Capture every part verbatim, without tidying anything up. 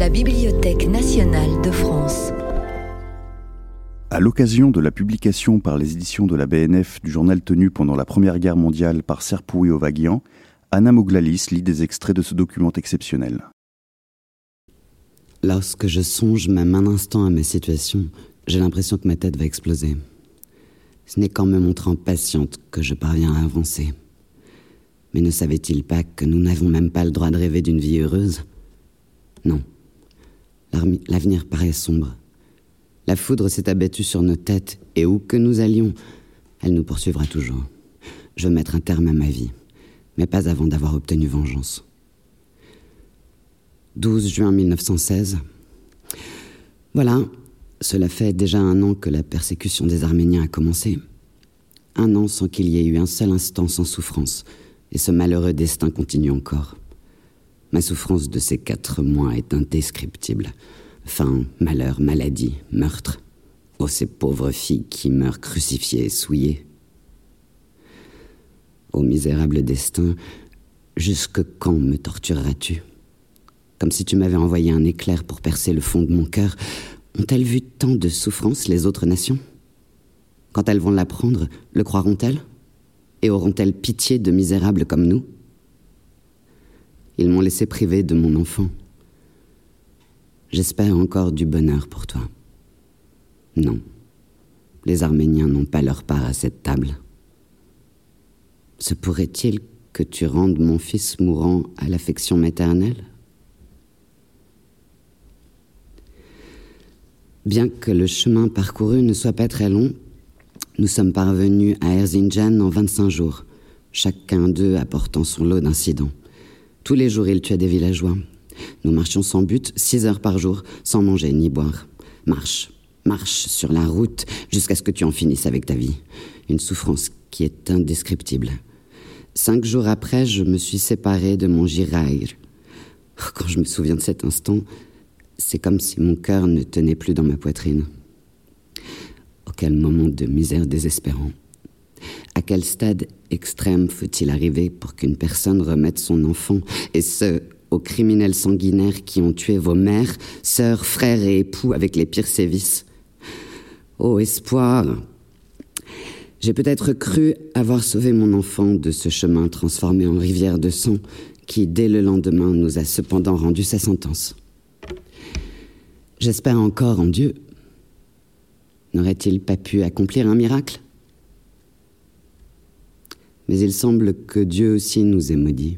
la Bibliothèque nationale de France. À l'occasion de la publication par les éditions de la B N F du journal tenu pendant la Première Guerre mondiale par Serpou et Ovaguian, Anna Mouglalis lit des extraits de ce document exceptionnel. Lorsque je songe même un instant à ma situation, j'ai l'impression que ma tête va exploser. Ce n'est qu'en me montrant patiente que je parviens à avancer. Mais ne savait-il pas que nous n'avons même pas le droit de rêver d'une vie heureuse ? Non. L'avenir paraît sombre. La foudre s'est abattue sur nos têtes, et où que nous allions, elle nous poursuivra toujours. Je veux mettre un terme à ma vie, mais pas avant d'avoir obtenu vengeance. douze juin mille neuf cent seize. Voilà, cela fait déjà un an que la persécution des Arméniens a commencé. Un an sans qu'il y ait eu un seul instant sans souffrance, et ce malheureux destin continue encore. Ma souffrance de ces quatre mois est indescriptible. Faim, malheur, maladie, meurtre. Oh, ces pauvres filles qui meurent crucifiées et souillées. Ô misérable destin, jusque quand me tortureras-tu ? Comme si tu m'avais envoyé un éclair pour percer le fond de mon cœur. Ont-elles vu tant de souffrance, les autres nations ? Quand elles vont l'apprendre, le croiront-elles ? Et auront-elles pitié de misérables comme nous ? Ils m'ont laissé priver de mon enfant. J'espère encore du bonheur pour toi. Non, les Arméniens n'ont pas leur part à cette table. Se pourrait-il que tu rendes mon fils mourant à l'affection maternelle ? Bien que le chemin parcouru ne soit pas très long, nous sommes parvenus à Erzincan en vingt-cinq jours, chacun d'eux apportant son lot d'incidents. Tous les jours, ils tuaient des villageois. Nous marchions sans but, six heures par jour, sans manger ni boire. Marche, marche sur la route, jusqu'à ce que tu en finisses avec ta vie. Une souffrance qui est indescriptible. Cinq jours après, je me suis séparé de mon Giraïr. Quand je me souviens de cet instant, c'est comme si mon cœur ne tenait plus dans ma poitrine. Oh, quel moment de misère désespérant. À quel stade extrême faut-il arriver pour qu'une personne remette son enfant, et ce, aux criminels sanguinaires qui ont tué vos mères, sœurs, frères et époux avec les pires sévices. Oh, espoir! J'ai peut-être cru avoir sauvé mon enfant de ce chemin transformé en rivière de sang qui, dès le lendemain, nous a cependant rendu sa sentence. J'espère encore en Dieu. N'aurait-il pas pu accomplir un miracle ? Mais il semble que Dieu aussi nous ait maudits.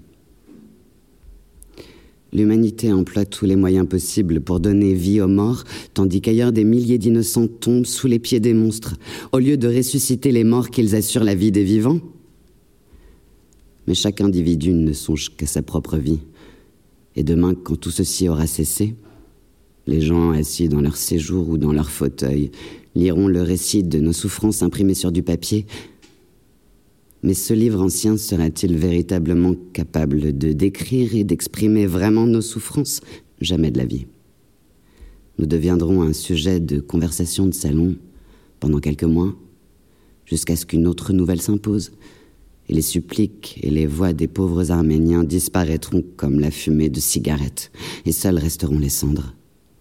L'humanité emploie tous les moyens possibles pour donner vie aux morts, tandis qu'ailleurs des milliers d'innocents tombent sous les pieds des monstres, au lieu de ressusciter les morts qu'ils assurent la vie des vivants. Mais chaque individu ne songe qu'à sa propre vie. Et demain, quand tout ceci aura cessé, les gens assis dans leur séjour ou dans leur fauteuil liront le récit de nos souffrances imprimées sur du papier. Mais ce livre ancien sera-t-il véritablement capable de décrire et d'exprimer vraiment nos souffrances ? Jamais de la vie. Nous deviendrons un sujet de conversation de salon pendant quelques mois, jusqu'à ce qu'une autre nouvelle s'impose, et les suppliques et les voix des pauvres Arméniens disparaîtront comme la fumée de cigarettes, et seules resteront les cendres.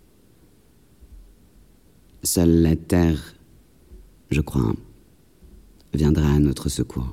Seule la terre, je crois, viendra à notre secours.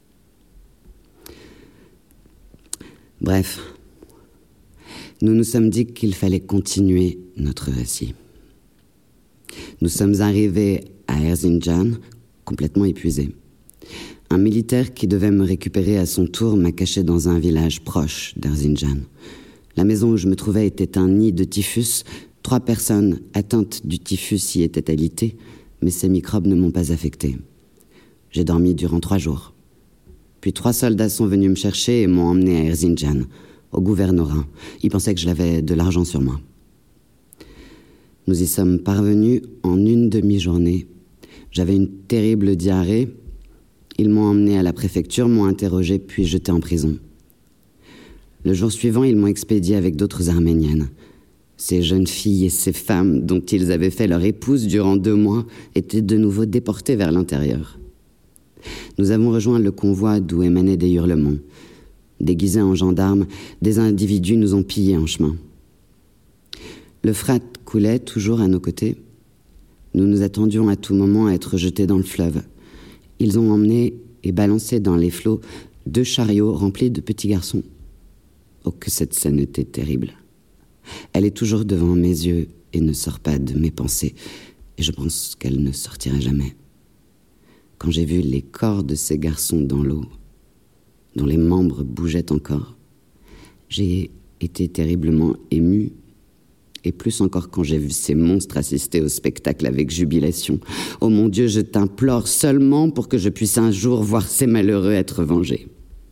Bref, nous nous sommes dit qu'il fallait continuer notre récit. Nous sommes arrivés à Erzincan, complètement épuisés. Un militaire qui devait me récupérer à son tour m'a caché dans un village proche d'Erzincan. La maison où je me trouvais était un nid de typhus. Trois personnes atteintes du typhus y étaient alitées, mais ces microbes ne m'ont pas affecté. J'ai dormi durant trois jours. Puis trois soldats sont venus me chercher et m'ont emmené à Erzincan, au gouvernorat. Ils pensaient que j'avais de l'argent sur moi. Nous y sommes parvenus en une demi-journée. J'avais une terrible diarrhée. Ils m'ont emmené à la préfecture, m'ont interrogé, puis jeté en prison. Le jour suivant, ils m'ont expédié avec d'autres Arméniennes. Ces jeunes filles et ces femmes, dont ils avaient fait leur épouse durant deux mois, étaient de nouveau déportées vers l'intérieur. Nous avons rejoint le convoi d'où émanaient des hurlements. Déguisés en gendarmes, des individus nous ont pillés en chemin. L'Euphrate coulait toujours à nos côtés. Nous nous attendions à tout moment à être jetés dans le fleuve. Ils ont emmené et balancé dans les flots deux chariots remplis de petits garçons. Oh, que cette scène était terrible. Elle est toujours devant mes yeux et ne sort pas de mes pensées. Et je pense qu'elle ne sortira jamais. Quand j'ai vu les corps de ces garçons dans l'eau, dont les membres bougeaient encore, j'ai été terriblement ému. Et plus encore quand j'ai vu ces monstres assister au spectacle avec jubilation. Oh mon Dieu, je t'implore seulement pour que je puisse un jour voir ces malheureux être vengés.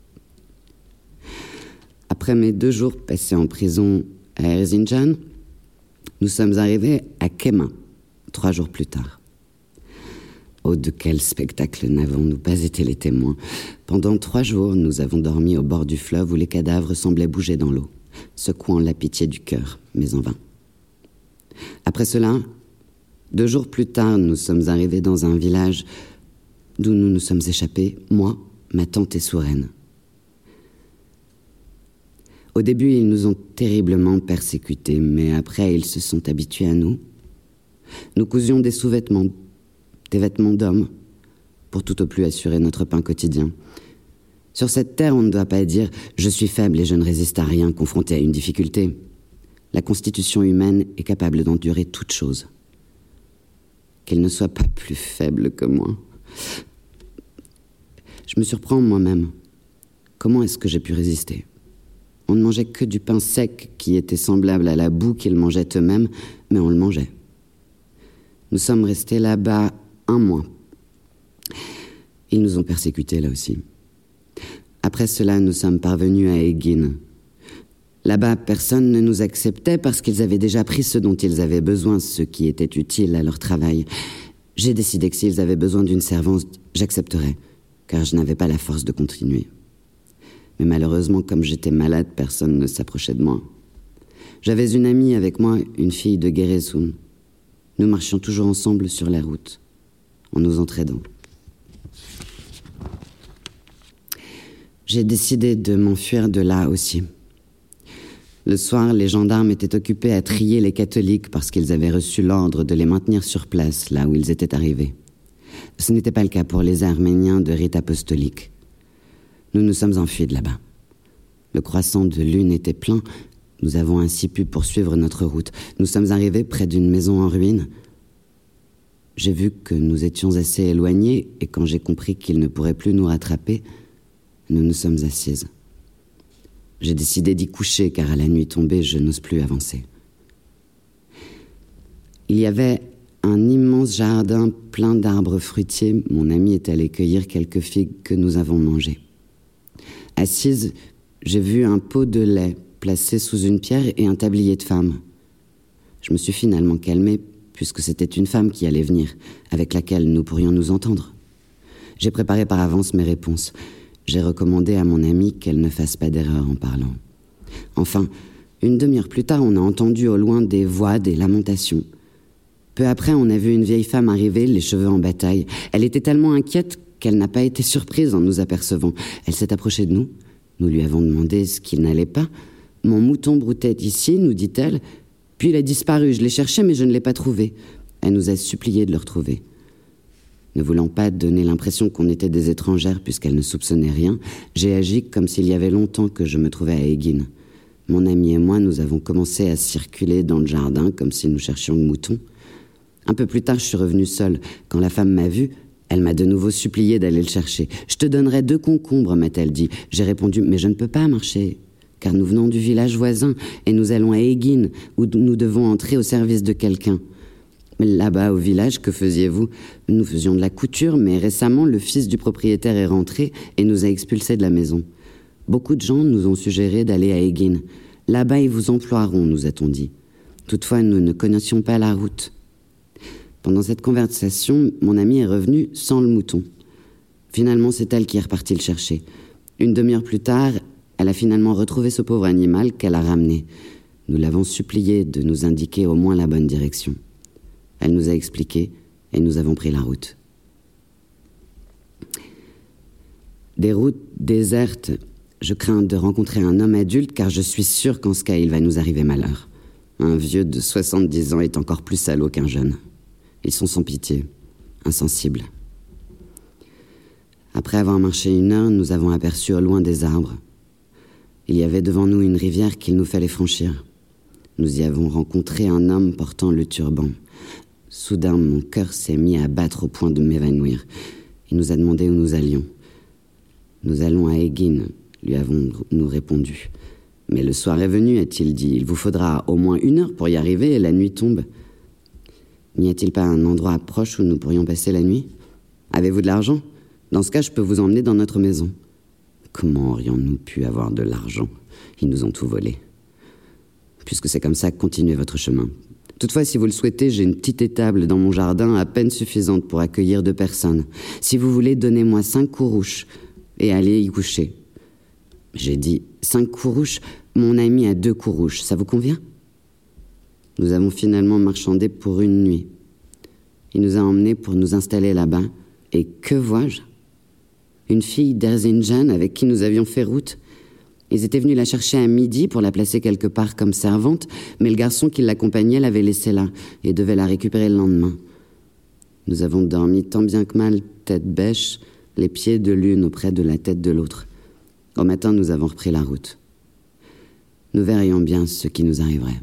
Après mes deux jours passés en prison à Erzincan, nous sommes arrivés à Kema, trois jours plus tard. Oh, de quel spectacle n'avons-nous pas été les témoins. Pendant trois jours, nous avons dormi au bord du fleuve où les cadavres semblaient bouger dans l'eau, secouant la pitié du cœur, mais en vain. Après cela, deux jours plus tard, nous sommes arrivés dans un village d'où nous nous sommes échappés, moi, ma tante et Sourène. Au début, ils nous ont terriblement persécutés, mais après, ils se sont habitués à nous. Nous cousions des sous-vêtements, des vêtements d'hommes, pour tout au plus assurer notre pain quotidien. Sur cette terre, on ne doit pas dire « je suis faible et je ne résiste à rien confronté à une difficulté ». La constitution humaine est capable d'endurer toute chose. Qu'elle ne soit pas plus faible que moi. Je me surprends moi-même. Comment est-ce que j'ai pu résister ? On ne mangeait que du pain sec qui était semblable à la boue qu'ils mangeaient eux-mêmes, mais on le mangeait. Nous sommes restés là-bas un mois. Ils nous ont persécutés là aussi. Après cela, nous sommes parvenus à Egin. Là-bas, personne ne nous acceptait parce qu'ils avaient déjà pris ce dont ils avaient besoin, ce qui était utile à leur travail. J'ai décidé que s'ils avaient besoin d'une servante, j'accepterais, car je n'avais pas la force de continuer. Mais malheureusement, comme j'étais malade, personne ne s'approchait de moi. J'avais une amie avec moi, une fille de Giresun. Nous marchions toujours ensemble sur la route, en nous entraidant. J'ai décidé de m'enfuir de là aussi. Le soir, les gendarmes étaient occupés à trier les catholiques parce qu'ils avaient reçu l'ordre de les maintenir sur place, là où ils étaient arrivés. Ce n'était pas le cas pour les Arméniens de rite apostolique. Nous nous sommes enfuis de là-bas. Le croissant de lune était plein. Nous avons ainsi pu poursuivre notre route. Nous sommes arrivés près d'une maison en ruine. J'ai vu que nous étions assez éloignés et quand j'ai compris qu'ils ne pourraient plus nous rattraper, nous nous sommes assises. J'ai décidé d'y coucher car à la nuit tombée, je n'ose plus avancer. Il y avait un immense jardin plein d'arbres fruitiers. Mon ami est allé cueillir quelques figues que nous avons mangées. Assise, j'ai vu un pot de lait placé sous une pierre et un tablier de femme. Je me suis finalement calmée puisque c'était une femme qui allait venir, avec laquelle nous pourrions nous entendre. J'ai préparé par avance mes réponses. J'ai recommandé à mon amie qu'elle ne fasse pas d'erreur en parlant. Enfin, une demi-heure plus tard, on a entendu au loin des voix, des lamentations. Peu après, on a vu une vieille femme arriver, les cheveux en bataille. Elle était tellement inquiète qu'elle n'a pas été surprise en nous apercevant. Elle s'est approchée de nous. Nous lui avons demandé ce qu'il n'allait pas. « Mon mouton broutait ici, nous dit-elle. Puis il a disparu. Je l'ai cherché, mais je ne l'ai pas trouvé. » Elle nous a supplié de le retrouver. Ne voulant pas donner l'impression qu'on était des étrangères puisqu'elle ne soupçonnait rien, j'ai agi comme s'il y avait longtemps que je me trouvais à Egin. Mon ami et moi, nous avons commencé à circuler dans le jardin comme si nous cherchions le mouton. Un peu plus tard, je suis revenue seule. Quand la femme m'a vue, elle m'a de nouveau supplié d'aller le chercher. « Je te donnerai deux concombres, m'a-t-elle dit. » J'ai répondu « Mais je ne peux pas marcher, car nous venons du village voisin et nous allons à Egin, où nous devons entrer au service de quelqu'un. » Là-bas, au village, que faisiez-vous ? Nous faisions de la couture, mais récemment, le fils du propriétaire est rentré et nous a expulsés de la maison. Beaucoup de gens nous ont suggéré d'aller à Egin. Là-bas, ils vous emploieront, nous a-t-on dit. Toutefois, nous ne connaissions pas la route. Pendant cette conversation, mon amie est revenue sans le mouton. Finalement, c'est elle qui est repartie le chercher. Une demi-heure plus tard, elle a finalement retrouvé ce pauvre animal qu'elle a ramené. Nous l'avons supplié de nous indiquer au moins la bonne direction. Elle nous a expliqué et nous avons pris la route. Des routes désertes, je crains de rencontrer un homme adulte car je suis sûre qu'en ce cas, il va nous arriver malheur. Un vieux de soixante-dix ans est encore plus salaud qu'un jeune. Ils sont sans pitié, insensibles. Après avoir marché une heure, nous avons aperçu au loin des arbres. Il y avait devant nous une rivière qu'il nous fallait franchir. Nous y avons rencontré un homme portant le turban. Soudain, mon cœur s'est mis à battre au point de m'évanouir. Il nous a demandé où nous allions. « Nous allons à Egin », lui avons-nous répondu. « Mais le soir est venu », a-t-il dit. « Il vous faudra au moins une heure pour y arriver et la nuit tombe. » « N'y a-t-il pas un endroit proche où nous pourrions passer la nuit ? Avez-vous de l'argent ? Dans ce cas, je peux vous emmener dans notre maison. » Comment aurions-nous pu avoir de l'argent ? Ils nous ont tout volé. Puisque c'est comme ça, continuez votre chemin. Toutefois, si vous le souhaitez, j'ai une petite étable dans mon jardin à peine suffisante pour accueillir deux personnes. Si vous voulez, donnez-moi cinq courouches et allez y coucher. J'ai dit cinq courouches, mon ami a deux courouches, ça vous convient ? Nous avons finalement marchandé pour une nuit. Il nous a emmenés pour nous installer là-bas. Et que vois-je ? Une fille d'Erzincan avec qui nous avions fait route. Ils étaient venus la chercher à midi pour la placer quelque part comme servante, mais le garçon qui l'accompagnait l'avait laissée là et devait la récupérer le lendemain. Nous avons dormi tant bien que mal, tête bêche, les pieds de l'une auprès de la tête de l'autre. Au matin, nous avons repris la route. Nous verrions bien ce qui nous arriverait.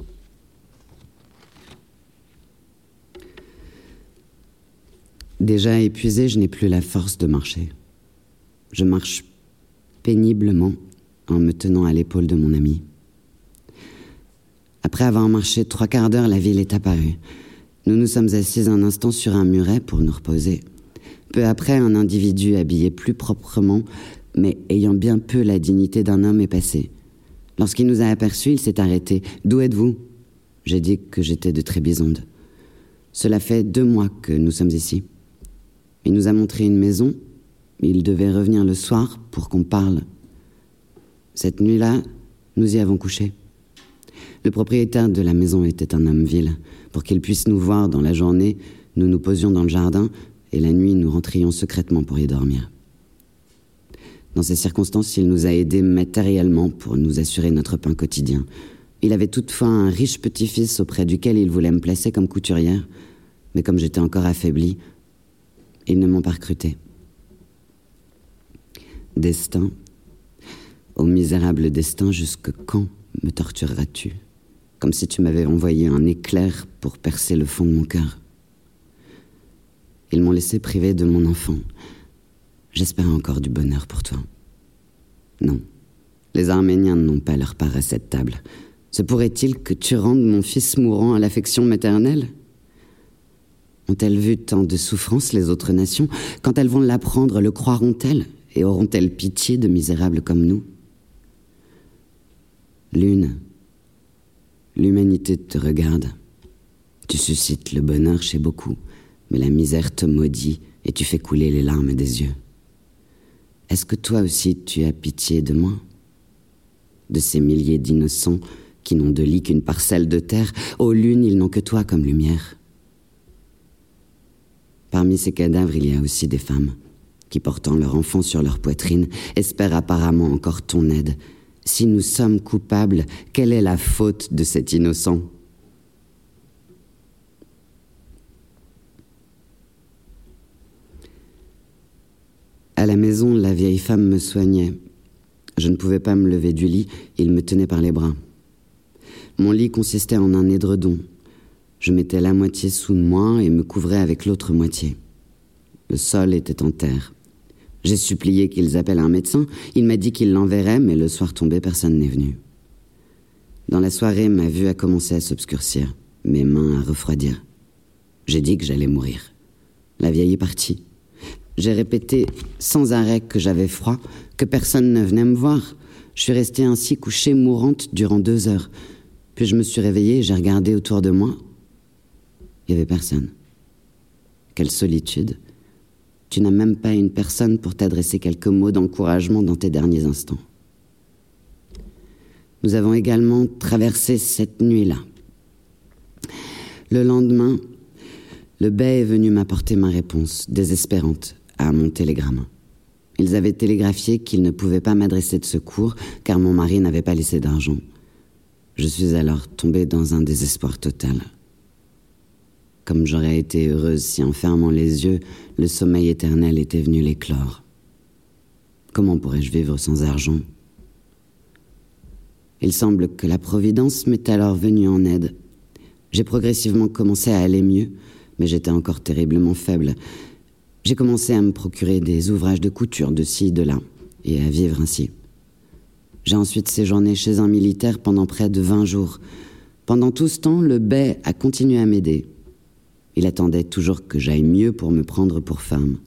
Déjà épuisé, je n'ai plus la force de marcher. Je marche péniblement en me tenant à l'épaule de mon ami. Après avoir marché trois quarts d'heure, la ville est apparue. Nous nous sommes assis un instant sur un muret pour nous reposer. Peu après, un individu habillé plus proprement, mais ayant bien peu la dignité d'un homme, est passé. Lorsqu'il nous a aperçus, il s'est arrêté. « D'où êtes-vous » J'ai dit que j'étais de Trébizonde. Cela fait deux mois que nous sommes ici. Il nous a montré une maison. Il devait revenir le soir pour qu'on parle. Cette nuit-là, nous y avons couché. Le propriétaire de la maison était un homme vil. Pour qu'il puisse nous voir dans la journée, nous nous posions dans le jardin et la nuit, nous rentrions secrètement pour y dormir. Dans ces circonstances, il nous a aidés matériellement pour nous assurer notre pain quotidien. Il avait toutefois un riche petit-fils auprès duquel il voulait me placer comme couturière, mais comme j'étais encore affaiblie, ils ne m'ont pas recruté. Destin, ô misérable destin, jusque quand me tortureras-tu ? Comme si tu m'avais envoyé un éclair pour percer le fond de mon cœur. Ils m'ont laissé priver de mon enfant. J'espère encore du bonheur pour toi. Non, les Arméniens n'ont pas leur part à cette table. Se pourrait-il que tu rendes mon fils mourant à l'affection maternelle ? Ont-elles vu tant de souffrances, les autres nations ? Quand elles vont l'apprendre, le croiront-elles ? Et auront-elles pitié de misérables comme nous ? Lune, l'humanité te regarde. Tu suscites le bonheur chez beaucoup, mais la misère te maudit et tu fais couler les larmes des yeux. Est-ce que toi aussi tu as pitié de moi ? De ces milliers d'innocents qui n'ont de lit qu'une parcelle de terre, ô lune, ils n'ont que toi comme lumière. Parmi ces cadavres, il y a aussi des femmes qui, portant leur enfant sur leur poitrine, espèrent apparemment encore ton aide. Si nous sommes coupables, quelle est la faute de cet innocent ? À la maison, la vieille femme me soignait. Je ne pouvais pas me lever du lit, il me tenait par les bras. Mon lit consistait en un édredon. Je mettais la moitié sous moi et me couvrais avec l'autre moitié. Le sol était en terre. J'ai supplié qu'ils appellent un médecin. Il m'a dit qu'il l'enverrait, mais le soir tombé, personne n'est venu. Dans la soirée, ma vue a commencé à s'obscurcir, mes mains à refroidir. J'ai dit que j'allais mourir. La vieille est partie. J'ai répété sans arrêt que j'avais froid, que personne ne venait me voir. Je suis restée ainsi couchée mourante durant deux heures. Puis je me suis réveillée et j'ai regardé autour de moi. Il n'y avait personne. Quelle solitude. Tu n'as même pas une personne pour t'adresser quelques mots d'encouragement dans tes derniers instants. Nous avons également traversé cette nuit-là. Le lendemain, le bey est venu m'apporter ma réponse, désespérante, à mon télégramme. Ils avaient télégraphié qu'ils ne pouvaient pas m'adresser de secours, car mon mari n'avait pas laissé d'argent. Je suis alors tombée dans un désespoir total. Comme j'aurais été heureuse si, en fermant les yeux, le sommeil éternel était venu l'éclore. Comment pourrais-je vivre sans argent ? Il semble que la Providence m'est alors venue en aide. J'ai progressivement commencé à aller mieux, mais j'étais encore terriblement faible. J'ai commencé à me procurer des ouvrages de couture de ci, de là, et à vivre ainsi. J'ai ensuite séjourné chez un militaire pendant près de vingt jours. Pendant tout ce temps, le bey a continué à m'aider. Il attendait toujours que j'aille mieux pour me prendre pour femme.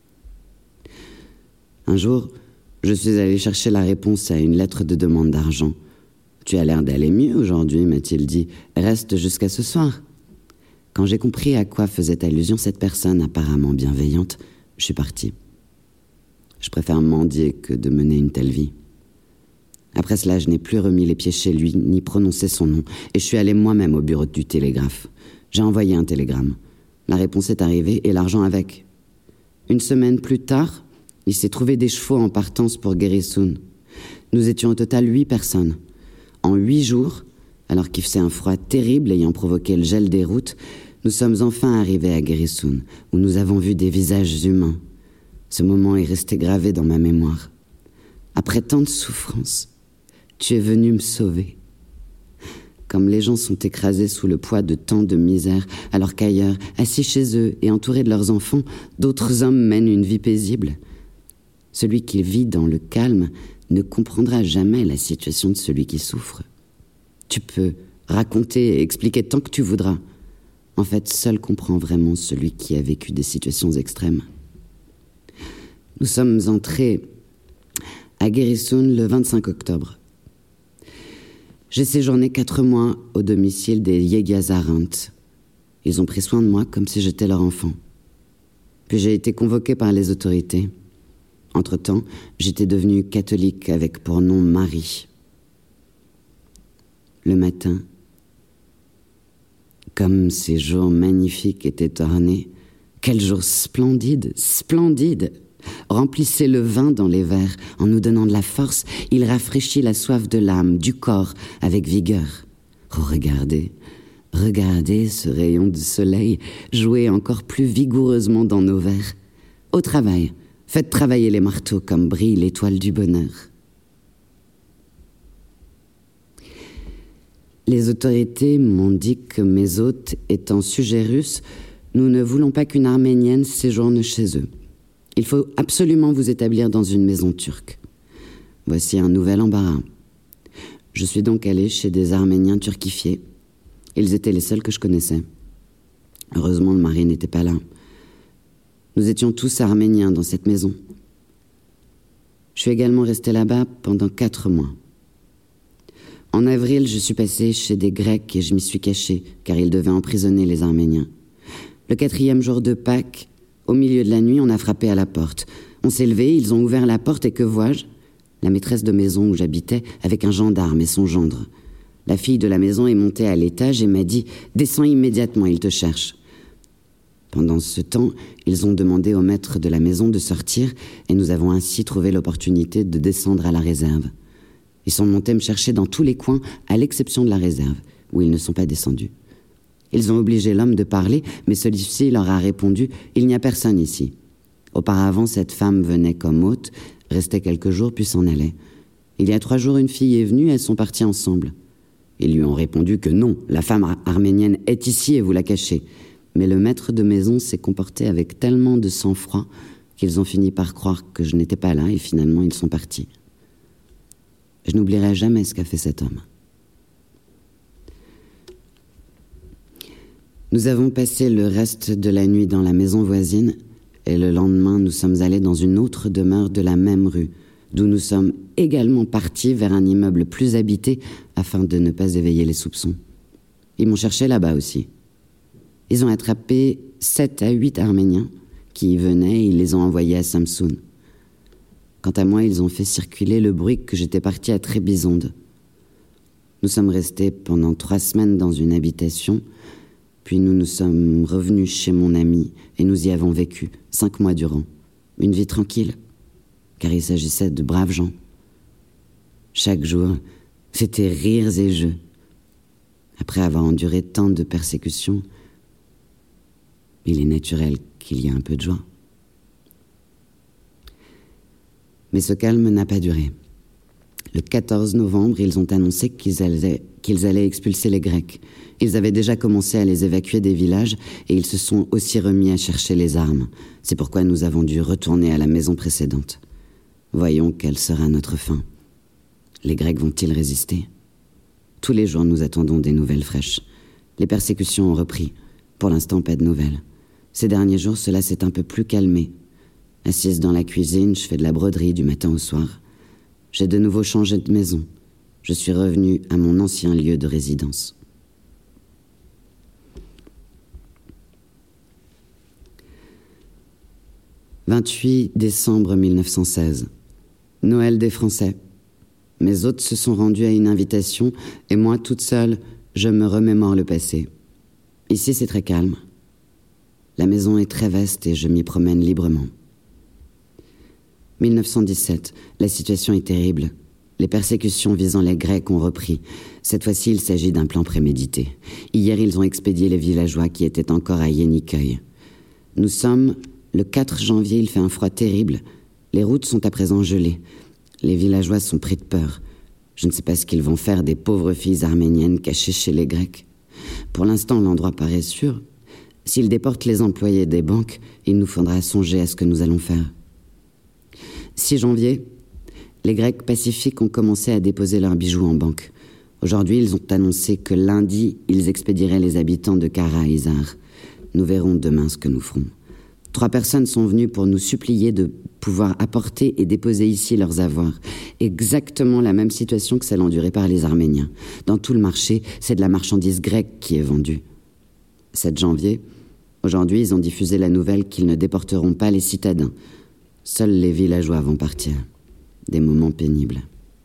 Un jour, je suis allé chercher la réponse à une lettre de demande d'argent. « Tu as l'air d'aller mieux aujourd'hui, m'a-t-il dit. Reste jusqu'à ce soir. » Quand j'ai compris à quoi faisait allusion cette personne apparemment bienveillante, je suis parti. Je préfère mendier que de mener une telle vie. Après cela, je n'ai plus remis les pieds chez lui, ni prononcé son nom, et je suis allé moi-même au bureau du télégraphe. J'ai envoyé un télégramme. La réponse est arrivée et l'argent avec. Une semaine plus tard, il s'est trouvé des chevaux en partance pour Guérissone. Nous étions au total huit personnes. En huit jours, alors qu'il faisait un froid terrible ayant provoqué le gel des routes, nous sommes enfin arrivés à Guérissone, où nous avons vu des visages humains. Ce moment est resté gravé dans ma mémoire. Après tant de souffrances, tu es venu me sauver. Comme les gens sont écrasés sous le poids de tant de misère, alors qu'ailleurs, assis chez eux et entourés de leurs enfants, d'autres hommes mènent une vie paisible. Celui qui vit dans le calme ne comprendra jamais la situation de celui qui souffre. Tu peux raconter et expliquer tant que tu voudras. En fait, seul comprend vraiment celui qui a vécu des situations extrêmes. Nous sommes entrés à Guérissone le vingt-cinq octobre. J'ai séjourné quatre mois au domicile des Yegiazarint. Ils ont pris soin de moi comme si j'étais leur enfant. Puis j'ai été convoqué par les autorités. Entre-temps, j'étais devenue catholique avec pour nom Marie. Le matin, comme ces jours magnifiques étaient ornés, quel jour splendide, splendide! Remplissez le vin dans les verres, en nous donnant de la force, il rafraîchit la soif de l'âme, du corps, avec vigueur. Oh, regardez, regardez ce rayon de soleil jouer encore plus vigoureusement dans nos verres. Au travail, faites travailler les marteaux comme brille l'étoile du bonheur. Les autorités m'ont dit que mes hôtes étant sujets russes, nous ne voulons pas qu'une Arménienne séjourne chez eux. Il faut absolument vous établir dans une maison turque. Voici un nouvel embarras. Je suis donc allé chez des Arméniens turquifiés. Ils étaient les seuls que je connaissais. Heureusement, le mari n'était pas là. Nous étions tous Arméniens dans cette maison. Je suis également resté là-bas pendant quatre mois. En avril, je suis passé chez des Grecs et je m'y suis caché, car ils devaient emprisonner les Arméniens. Le quatrième jour de Pâques, au milieu de la nuit, on a frappé à la porte. On s'est levé, ils ont ouvert la porte et que vois-je ? La maîtresse de maison où j'habitais avec un gendarme et son gendre. La fille de la maison est montée à l'étage et m'a dit « Descends immédiatement, ils te cherchent ». Pendant ce temps, ils ont demandé au maître de la maison de sortir et nous avons ainsi trouvé l'opportunité de descendre à la réserve. Ils sont montés me chercher dans tous les coins, à l'exception de la réserve, où ils ne sont pas descendus. Ils ont obligé l'homme de parler, mais celui-ci leur a répondu « Il n'y a personne ici ». Auparavant, cette femme venait comme hôte, restait quelques jours, puis s'en allait. Il y a trois jours, une fille est venue, elles sont parties ensemble. Ils lui ont répondu que non, la femme ar- arménienne est ici et vous la cachez. Mais le maître de maison s'est comporté avec tellement de sang-froid qu'ils ont fini par croire que je n'étais pas là et finalement ils sont partis. Je n'oublierai jamais ce qu'a fait cet homme. Nous avons passé le reste de la nuit dans la maison voisine et le lendemain, nous sommes allés dans une autre demeure de la même rue, d'où nous sommes également partis vers un immeuble plus habité afin de ne pas éveiller les soupçons. Ils m'ont cherché là-bas aussi. Ils ont attrapé sept à huit Arméniens qui y venaient et ils les ont envoyés à Samsun. Quant à moi, ils ont fait circuler le bruit que j'étais parti à Trébizonde. Nous sommes restés pendant trois semaines dans une habitation. Puis nous nous sommes revenus chez mon ami et nous y avons vécu cinq mois durant. Une vie tranquille, car il s'agissait de braves gens. Chaque jour, c'était rires et jeux. Après avoir enduré tant de persécutions, il est naturel qu'il y ait un peu de joie. Mais ce calme n'a pas duré. Le quatorze novembre, ils ont annoncé qu'ils allaient, qu'ils allaient expulser les Grecs. Ils avaient déjà commencé à les évacuer des villages et ils se sont aussi remis à chercher les armes. C'est pourquoi nous avons dû retourner à la maison précédente. Voyons quelle sera notre fin. Les Grecs vont-ils résister ? Tous les jours, nous attendons des nouvelles fraîches. Les persécutions ont repris. Pour l'instant, pas de nouvelles. Ces derniers jours, cela s'est un peu plus calmé. Assise dans la cuisine, je fais de la broderie du matin au soir. J'ai de nouveau changé de maison. Je suis revenue à mon ancien lieu de résidence. vingt-huit décembre mille neuf cent seize. Noël des Français. Mes hôtes se sont rendus à une invitation et moi, toute seule, je me remémore le passé. Ici, c'est très calme. La maison est très vaste et je m'y promène librement. mille neuf cent dix-sept. La situation est terrible. Les persécutions visant les Grecs ont repris. Cette fois-ci, il s'agit d'un plan prémédité. Hier, ils ont expédié les villageois qui étaient encore à Yéniköy. Nous sommes le quatre janvier, il fait un froid terrible. Les routes sont à présent gelées. Les villageois sont pris de peur. Je ne sais pas ce qu'ils vont faire des pauvres filles arméniennes cachées chez les Grecs. Pour l'instant, l'endroit paraît sûr. S'ils déportent les employés des banques, il nous faudra songer à ce que nous allons faire. six janvier, les Grecs pacifiques ont commencé à déposer leurs bijoux en banque. Aujourd'hui, ils ont annoncé que lundi, ils expédieraient les habitants de Kara-Izar. Nous verrons demain ce que nous ferons. Trois personnes sont venues pour nous supplier de pouvoir apporter et déposer ici leurs avoirs. Exactement la même situation que celle endurée par les Arméniens. Dans tout le marché, c'est de la marchandise grecque qui est vendue. sept janvier, aujourd'hui, ils ont diffusé la nouvelle qu'ils ne déporteront pas les citadins. Seuls les villageois vont partir. Des moments pénibles.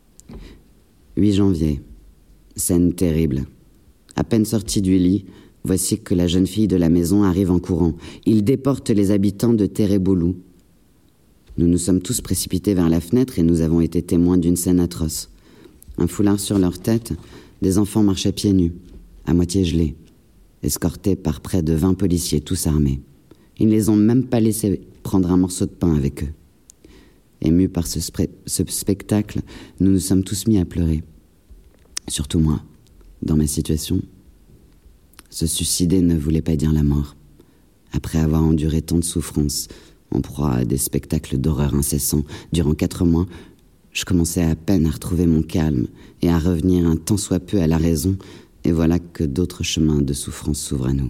huit janvier, scène terrible. À peine sortie du lit, voici que la jeune fille de la maison arrive en courant. Ils déportent les habitants de Tereboulou. Nous nous sommes tous précipités vers la fenêtre et nous avons été témoins d'une scène atroce. Un foulard sur leur tête, des enfants marchaient pieds nus, à moitié gelés, escortés par près de vingt policiers, tous armés. Ils ne les ont même pas laissés prendre un morceau de pain avec eux. Émus par ce, spre- ce spectacle, nous nous sommes tous mis à pleurer. Surtout moi, dans ma situation. Se suicider ne voulait pas dire la mort. Après avoir enduré tant de souffrances, en proie à des spectacles d'horreur incessants, durant quatre mois, je commençais à peine à retrouver mon calme et à revenir un tant soit peu à la raison, et voilà que d'autres chemins de souffrance s'ouvrent à nous.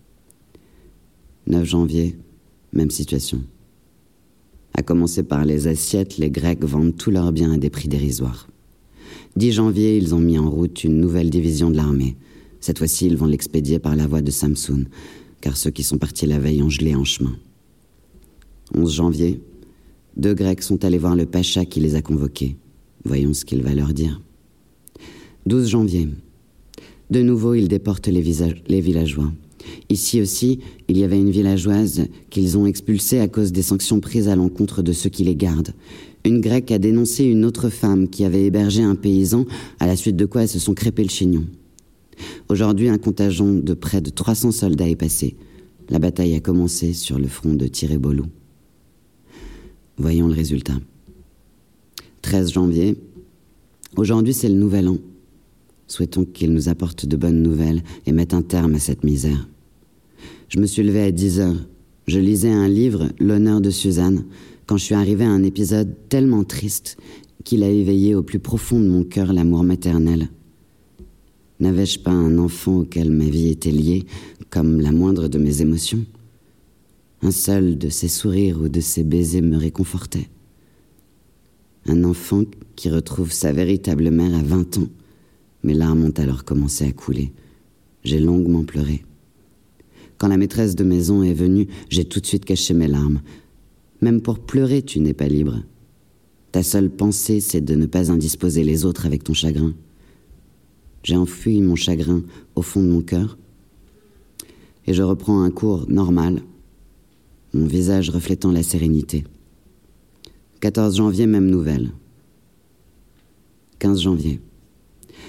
neuf janvier, même situation. À commencer par les assiettes, les Grecs vendent tous leurs biens à des prix dérisoires. dix janvier, ils ont mis en route une nouvelle division de l'armée. Cette fois-ci, ils vont l'expédier par la voie de Samsun, car ceux qui sont partis la veille ont gelé en chemin. onze janvier, deux Grecs sont allés voir le pacha qui les a convoqués. Voyons ce qu'il va leur dire. douze janvier, de nouveau, ils déportent les, visage- les villageois. Ici aussi, il y avait une villageoise qu'ils ont expulsée à cause des sanctions prises à l'encontre de ceux qui les gardent. Une Grecque a dénoncé une autre femme qui avait hébergé un paysan, à la suite de quoi elles se sont crêpées le chignon. Aujourd'hui, un contingent de près de trois cents soldats est passé. La bataille a commencé sur le front de Tereboulou. Voyons le résultat. treize janvier. Aujourd'hui, c'est le nouvel an. Souhaitons qu'il nous apporte de bonnes nouvelles et mette un terme à cette misère. Je me suis levé à dix heures. Je lisais un livre, L'honneur de Suzanne, quand je suis arrivé à un épisode tellement triste qu'il a éveillé au plus profond de mon cœur l'amour maternel. N'avais-je pas un enfant auquel ma vie était liée, comme la moindre de mes émotions ? Un seul de ses sourires ou de ses baisers me réconfortait. Un enfant qui retrouve sa véritable mère à vingt ans. Mes larmes ont alors commencé à couler. J'ai longuement pleuré. Quand la maîtresse de maison est venue, j'ai tout de suite caché mes larmes. Même pour pleurer, tu n'es pas libre. Ta seule pensée, c'est de ne pas indisposer les autres avec ton chagrin. J'ai enfoui mon chagrin au fond de mon cœur et je reprends un cours normal, mon visage reflétant la sérénité. quatorze janvier, même nouvelle. quinze janvier.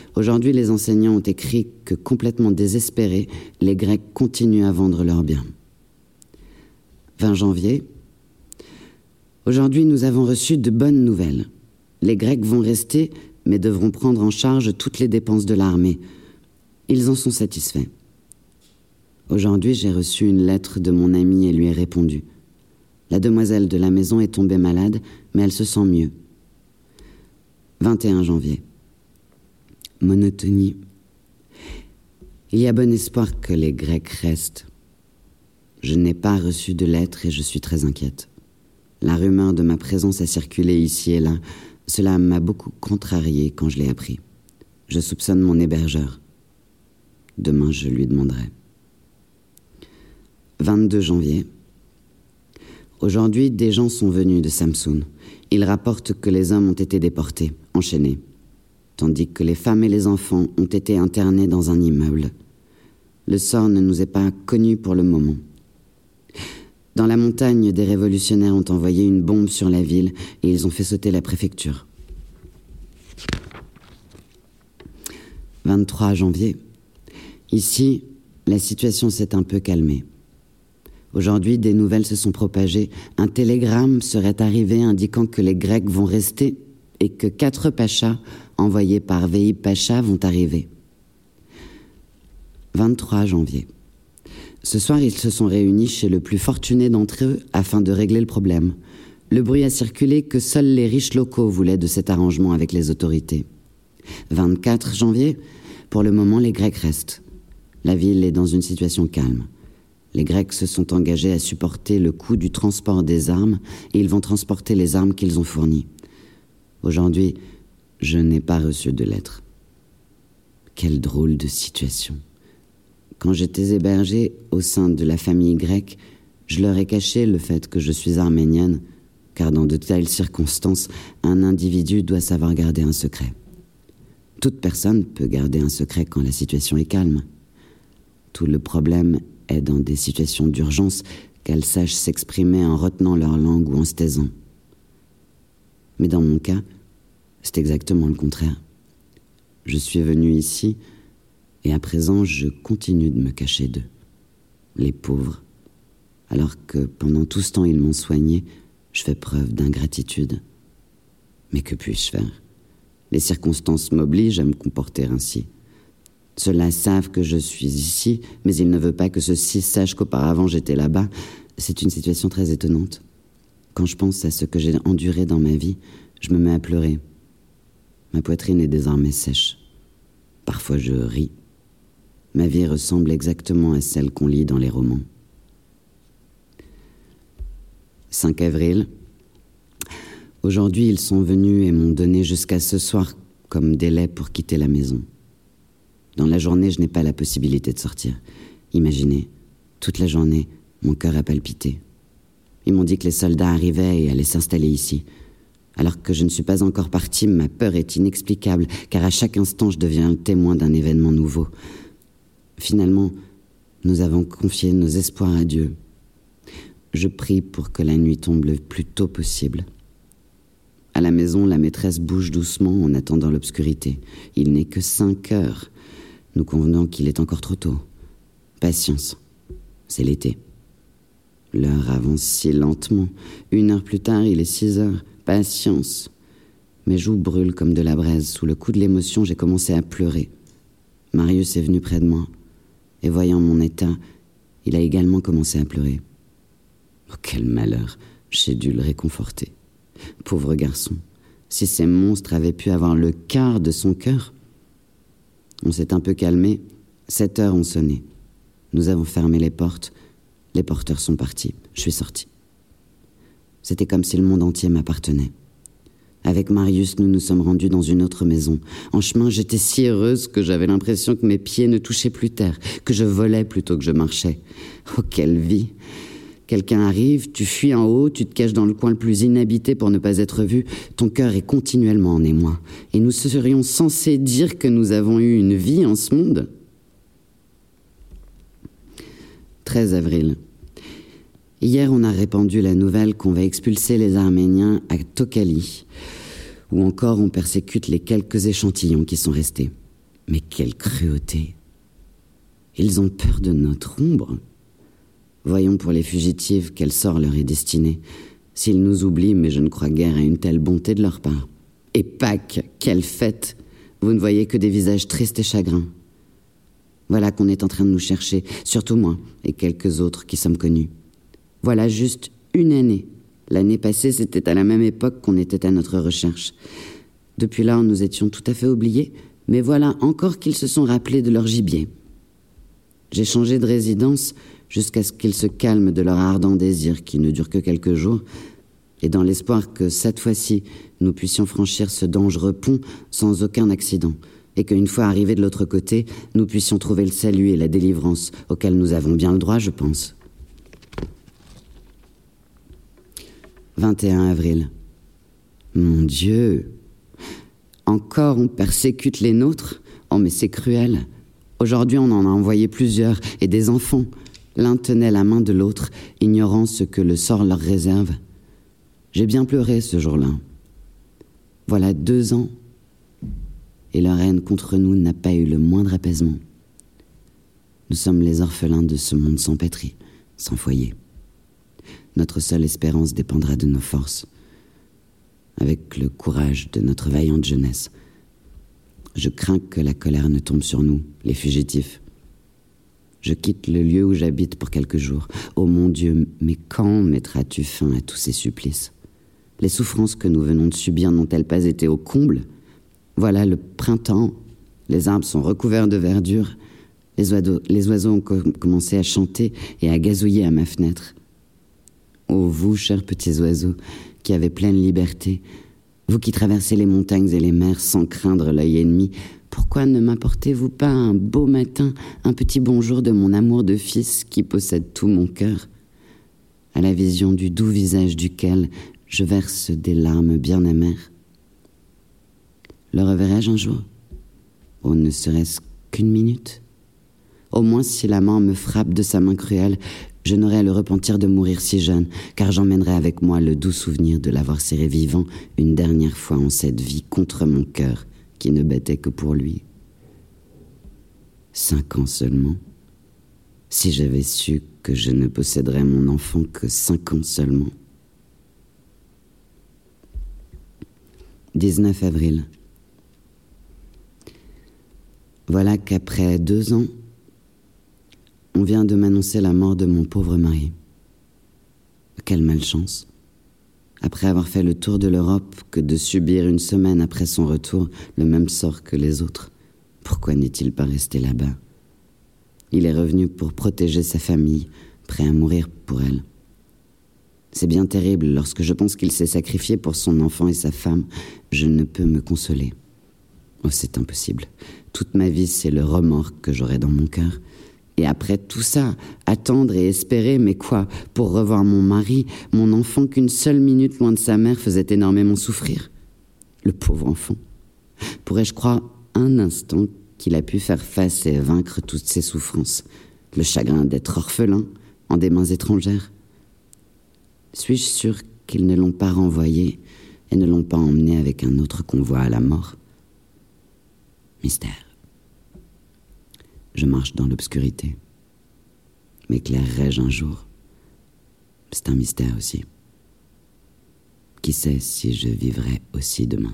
Aujourd'hui, les enseignants ont écrit que, complètement désespérés, les Grecs continuent à vendre leurs biens. vingt janvier. Aujourd'hui, nous avons reçu de bonnes nouvelles. Les Grecs vont rester, mais devront prendre en charge toutes les dépenses de l'armée. Ils en sont satisfaits. Aujourd'hui, j'ai reçu une lettre de mon ami et lui ai répondu. La demoiselle de la maison est tombée malade, mais elle se sent mieux. vingt et un janvier. Monotonie. Il y a bon espoir que les Grecs restent. Je n'ai pas reçu de lettre et je suis très inquiète. La rumeur de ma présence a circulé ici et là. Cela m'a beaucoup contrariée quand je l'ai appris. Je soupçonne mon hébergeur. Demain, je lui demanderai. vingt-deux janvier. Aujourd'hui, des gens sont venus de Samsun. Ils rapportent que les hommes ont été déportés, enchaînés, tandis que les femmes et les enfants ont été internés dans un immeuble. Le sort ne nous est pas connu pour le moment. Dans la montagne, des révolutionnaires ont envoyé une bombe sur la ville et ils ont fait sauter la préfecture. vingt-trois janvier. Ici, la situation s'est un peu calmée. Aujourd'hui, des nouvelles se sont propagées. Un télégramme serait arrivé indiquant que les Grecs vont rester et que quatre pachas envoyés par Vehib Pacha vont arriver. vingt-trois janvier. Ce soir, ils se sont réunis chez le plus fortuné d'entre eux afin de régler le problème. Le bruit a circulé que seuls les riches locaux voulaient de cet arrangement avec les autorités. vingt-quatre janvier. Pour le moment, les Grecs restent. La ville est dans une situation calme. Les Grecs se sont engagés à supporter le coût du transport des armes et ils vont transporter les armes qu'ils ont fournies. Aujourd'hui, je n'ai pas reçu de lettre. Quelle drôle de situation. Quand j'étais hébergée au sein de la famille grecque, je leur ai caché le fait que je suis arménienne, car dans de telles circonstances, un individu doit savoir garder un secret. Toute personne peut garder un secret quand la situation est calme. Tout le problème est dans des situations d'urgence qu'elles sachent s'exprimer en retenant leur langue ou en se taisant. Mais dans mon cas, c'est exactement le contraire. Je suis venue ici et à présent je continue de me cacher d'eux. Les pauvres. Alors que pendant tout ce temps ils m'ont soigné, je fais preuve d'ingratitude. Mais que puis-je faire ? Les circonstances m'obligent à me comporter ainsi. Ceux-là savent que je suis ici, mais ils ne veulent pas que ceux-ci sachent qu'auparavant j'étais là-bas. C'est une situation très étonnante. Quand je pense à ce que j'ai enduré dans ma vie, je me mets à pleurer. Ma poitrine est désormais sèche. Parfois je ris. Ma vie ressemble exactement à celle qu'on lit dans les romans. cinq avril. Aujourd'hui, ils sont venus et m'ont donné jusqu'à ce soir comme délai pour quitter la maison. Dans la journée, je n'ai pas la possibilité de sortir. Imaginez, toute la journée, mon cœur a palpité. Ils m'ont dit que les soldats arrivaient et allaient s'installer ici. Alors que je ne suis pas encore partie, ma peur est inexplicable, car à chaque instant, je deviens le témoin d'un événement nouveau. Finalement, nous avons confié nos espoirs à Dieu. Je prie pour que la nuit tombe le plus tôt possible. À la maison, la maîtresse bouge doucement en attendant l'obscurité. Il n'est que cinq heures. Nous convenons qu'il est encore trop tôt. Patience, c'est l'été. L'heure avance si lentement. Une heure plus tard, il est six heures. Patience. Mes joues brûlent comme de la braise. Sous le coup de l'émotion, j'ai commencé à pleurer. Marius est venu près de moi. Et voyant mon état, il a également commencé à pleurer. Oh, quel malheur. J'ai dû le réconforter. Pauvre garçon, si ces monstres avaient pu avoir le quart de son cœur. On s'est un peu calmé. Sept heures ont sonné. Nous avons fermé les portes. Les porteurs sont partis. Je suis sortie. C'était comme si le monde entier m'appartenait. Avec Marius, nous nous sommes rendus dans une autre maison. En chemin, j'étais si heureuse que j'avais l'impression que mes pieds ne touchaient plus terre, que je volais plutôt que je marchais. Oh, quelle vie! Quelqu'un arrive, tu fuis en haut, tu te caches dans le coin le plus inhabité pour ne pas être vu. Ton cœur est continuellement en émoi. Et nous serions censés dire que nous avons eu une vie en ce monde. treize avril. Hier, on a répandu la nouvelle qu'on va expulser les Arméniens à Tokali, ou encore on persécute les quelques échantillons qui sont restés. Mais quelle cruauté! Ils ont peur de notre ombre. Voyons pour les fugitifs quel sort leur est destiné. S'ils nous oublient, mais je ne crois guère à une telle bonté de leur part. Et Pâques, quelle fête! Vous ne voyez que des visages tristes et chagrins. Voilà qu'on est en train de nous chercher, surtout moi et quelques autres qui sommes connus. Voilà juste une année. L'année passée, c'était à la même époque qu'on était à notre recherche. Depuis là, nous étions tout à fait oubliés, mais voilà encore qu'ils se sont rappelés de leur gibier. J'ai changé de résidence jusqu'à ce qu'ils se calment de leur ardent désir qui ne dure que quelques jours, et dans l'espoir que cette fois-ci, nous puissions franchir ce dangereux pont sans aucun accident, et qu'une fois arrivés de l'autre côté, nous puissions trouver le salut et la délivrance auxquels nous avons bien le droit, je pense. vingt et un avril. Mon Dieu! Encore on persécute les nôtres? Oh, mais c'est cruel. Aujourd'hui, on en a envoyé plusieurs, et des enfants. L'un tenait la main de l'autre, ignorant ce que le sort leur réserve. J'ai bien pleuré ce jour-là. Voilà deux ans, et leur haine contre nous n'a pas eu le moindre apaisement. Nous sommes les orphelins de ce monde sans patrie, sans foyer. Notre seule espérance dépendra de nos forces, avec le courage de notre vaillante jeunesse. Je crains que la colère ne tombe sur nous, les fugitifs. Je quitte le lieu où j'habite pour quelques jours. Oh mon Dieu, mais quand mettras-tu fin à tous ces supplices? Les souffrances que nous venons de subir n'ont-elles pas été au comble? Voilà le printemps, les arbres sont recouverts de verdure, les oiseaux, les oiseaux ont co- commencé à chanter et à gazouiller à ma fenêtre. Oh vous, chers petits oiseaux, qui avez pleine liberté, vous qui traversez les montagnes et les mers sans craindre l'œil ennemi, pourquoi ne m'apportez-vous pas un beau matin un petit bonjour de mon amour de fils qui possède tout mon cœur, à la vision du doux visage duquel je verse des larmes bien amères? Le reverrai-je un jour? Oh, ne serait-ce qu'une minute? Au moins, si la mort me frappe de sa main cruelle, je n'aurai le repentir de mourir si jeune, car j'emmènerai avec moi le doux souvenir de l'avoir serré vivant une dernière fois en cette vie contre mon cœur, qui ne battait que pour lui. Cinq ans seulement. Si j'avais su que je ne posséderais mon enfant que cinq ans seulement. dix-neuf avril. Voilà qu'après deux ans, on vient de m'annoncer la mort de mon pauvre mari. Quelle malchance! Après avoir fait le tour de l'Europe, que de subir une semaine après son retour le même sort que les autres. Pourquoi n'est-il pas resté là-bas? Il est revenu pour protéger sa famille, prêt à mourir pour elle. C'est bien terrible, lorsque je pense qu'il s'est sacrifié pour son enfant et sa femme, je ne peux me consoler. Oh, c'est impossible. Toute ma vie, c'est le remords que j'aurai dans mon cœur. Et après tout ça, attendre et espérer, mais quoi? Pour revoir mon mari, mon enfant qu'une seule minute loin de sa mère faisait énormément souffrir. Le pauvre enfant. Pourrais-je croire un instant qu'il a pu faire face et vaincre toutes ses souffrances? Le chagrin d'être orphelin, en des mains étrangères. Suis-je sûr qu'ils ne l'ont pas renvoyé et ne l'ont pas emmené avec un autre convoi à la mort? Mystère. Je marche dans l'obscurité. M'éclairerai-je un jour? C'est un mystère aussi. Qui sait si je vivrai aussi demain?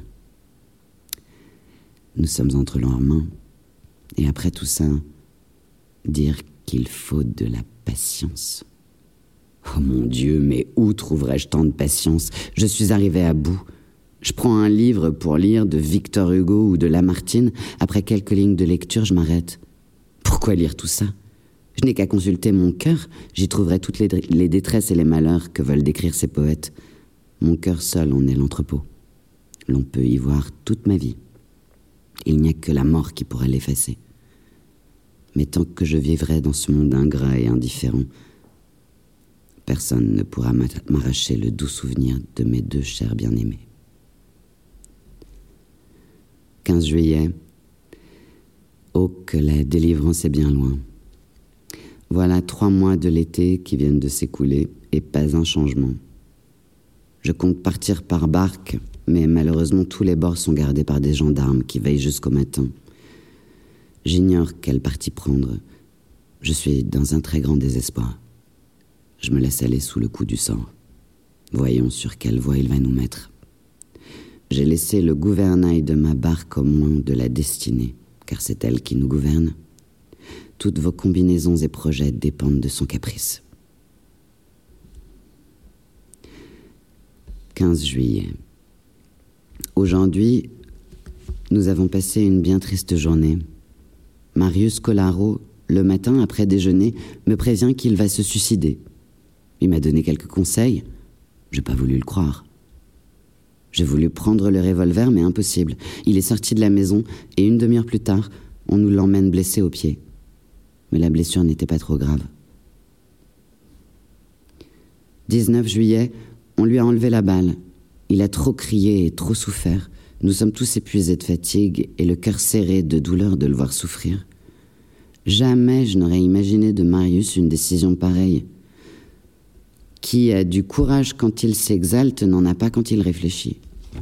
Nous sommes entre leurs mains. Et après tout ça, dire qu'il faut de la patience. Oh mon Dieu, mais où trouverais-je tant de patience? Je suis arrivé à bout. Je prends un livre pour lire de Victor Hugo ou de Lamartine. Après quelques lignes de lecture, je m'arrête. Pourquoi lire tout ça? Je n'ai qu'à consulter mon cœur. J'y trouverai toutes les, les détresses et les malheurs que veulent décrire ces poètes. Mon cœur seul en est l'entrepôt. L'on peut y voir toute ma vie. Il n'y a que la mort qui pourra l'effacer. Mais tant que je vivrai dans ce monde ingrat et indifférent, personne ne pourra m'arracher le doux souvenir de mes deux chers bien-aimés. quinze juillet. Oh, que la délivrance est bien loin. Voilà trois mois de l'été qui viennent de s'écouler et pas un changement. Je compte partir par barque, mais malheureusement tous les bords sont gardés par des gendarmes qui veillent jusqu'au matin. J'ignore quel parti prendre. Je suis dans un très grand désespoir. Je me laisse aller sous le coup du sort. Voyons sur quelle voie il va nous mettre. J'ai laissé le gouvernail de ma barque aux mains de la destinée, car c'est elle qui nous gouverne. Toutes vos combinaisons et projets dépendent de son caprice. quinze juillet. Aujourd'hui, nous avons passé une bien triste journée. Marius Colaro, le matin après déjeuner, me prévient qu'il va se suicider. Il m'a donné quelques conseils. Je n'ai pas voulu le croire. J'ai voulu prendre le revolver, mais impossible. Il est sorti de la maison et une demi-heure plus tard, on nous l'emmène blessé au pied. Mais la blessure n'était pas trop grave. dix-neuf juillet, on lui a enlevé la balle. Il a trop crié et trop souffert. Nous sommes tous épuisés de fatigue et le cœur serré de douleur de le voir souffrir. Jamais je n'aurais imaginé de Marius une décision pareille. Qui a du courage quand il s'exalte n'en a pas quand il réfléchit.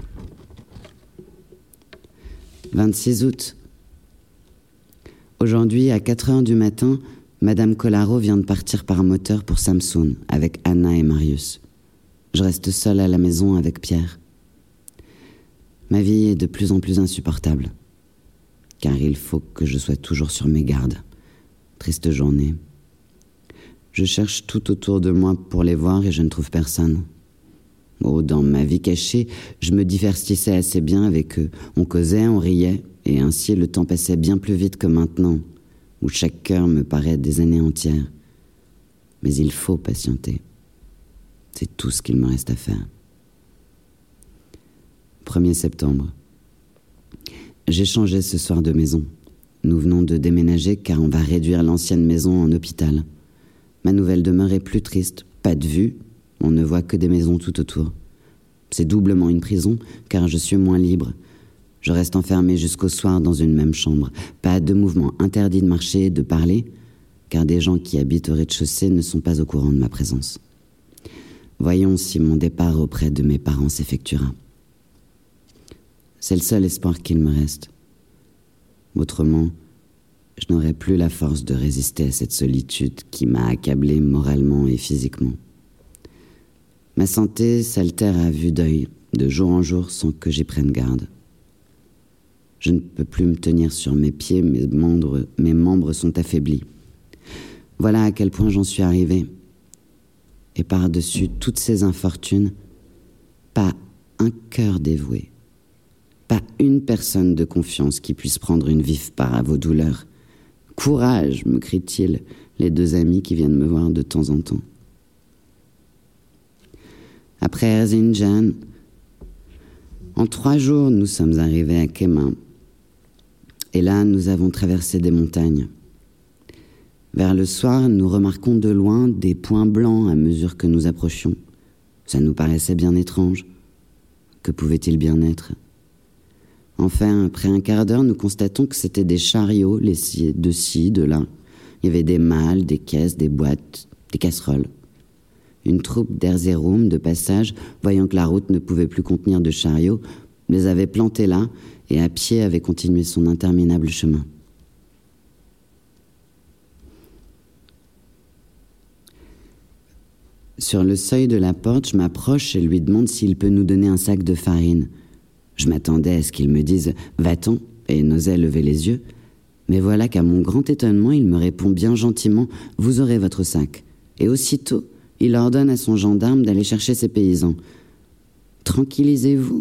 vingt-six août. Aujourd'hui, à quatre heures du matin, Madame Colaro vient de partir par moteur pour Samsun avec Anna et Marius. Je reste seule à la maison avec Pierre. Ma vie est de plus en plus insupportable, car il faut que je sois toujours sur mes gardes. Triste journée. Je cherche tout autour de moi pour les voir et je ne trouve personne. Oh, dans ma vie cachée, je me divertissais assez bien avec eux. On causait, on riait, et ainsi le temps passait bien plus vite que maintenant, où chaque heure me paraît des années entières. Mais il faut patienter. C'est tout ce qu'il me reste à faire. premier septembre. J'ai changé ce soir de maison. Nous venons de déménager car on va réduire l'ancienne maison en hôpital. Ma nouvelle demeure est plus triste, pas de vue, on ne voit que des maisons tout autour. C'est doublement une prison car je suis moins libre. Je reste enfermé jusqu'au soir dans une même chambre. Pas de mouvement, interdit de marcher, de parler, car des gens qui habitent au rez-de-chaussée ne sont pas au courant de ma présence. Voyons si mon départ auprès de mes parents s'effectuera. C'est le seul espoir qu'il me reste. Autrement, je n'aurai plus la force de résister à cette solitude qui m'a accablé moralement et physiquement. Ma santé s'altère à vue d'œil, de jour en jour, sans que j'y prenne garde. Je ne peux plus me tenir sur mes pieds, mes membres, mes membres sont affaiblis. Voilà à quel point j'en suis arrivé. Et par-dessus toutes ces infortunes, pas un cœur dévoué, pas une personne de confiance qui puisse prendre une vive part à vos douleurs. Courage, me crient-ils, les deux amis qui viennent me voir de temps en temps. Après Erzincan, en trois jours, nous sommes arrivés à Kema. Et là, nous avons traversé des montagnes. Vers le soir, nous remarquons de loin des points blancs à mesure que nous approchions. Ça nous paraissait bien étrange. Que pouvait-il bien être ? Enfin, après un quart d'heure, nous constatons que c'était des chariots laissés de ci, de là. Il y avait des malles, des caisses, des boîtes, des casseroles. Une troupe d'Erzerum de passage, voyant que la route ne pouvait plus contenir de chariots, les avait plantés là et à pied avait continué son interminable chemin. Sur le seuil de la porte, je m'approche et lui demande s'il peut nous donner un sac de farine. Je m'attendais à ce qu'il me dise « va-t-on » et n'osais lever les yeux. Mais voilà qu'à mon grand étonnement, il me répond bien gentiment « vous aurez votre sac ». Et aussitôt, il ordonne à son gendarme d'aller chercher ses paysans. « Tranquillisez-vous »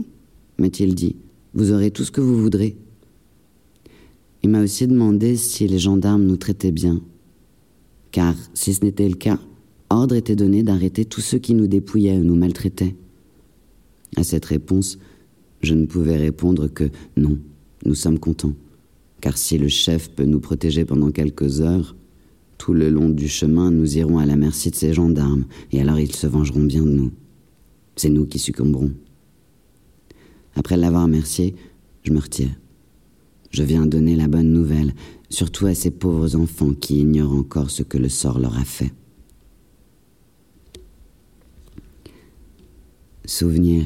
m'a-t-il dit, « vous aurez tout ce que vous voudrez ». Il m'a aussi demandé si les gendarmes nous traitaient bien. Car, si ce n'était le cas, ordre était donné d'arrêter tous ceux qui nous dépouillaient ou nous maltraitaient. À cette réponse, je ne pouvais répondre que non, nous sommes contents. Car si le chef peut nous protéger pendant quelques heures, tout le long du chemin, nous irons à la merci de ces gendarmes, et alors ils se vengeront bien de nous. C'est nous qui succomberons. Après l'avoir remercié, je me retire. Je viens donner la bonne nouvelle, surtout à ces pauvres enfants qui ignorent encore ce que le sort leur a fait. Souvenir.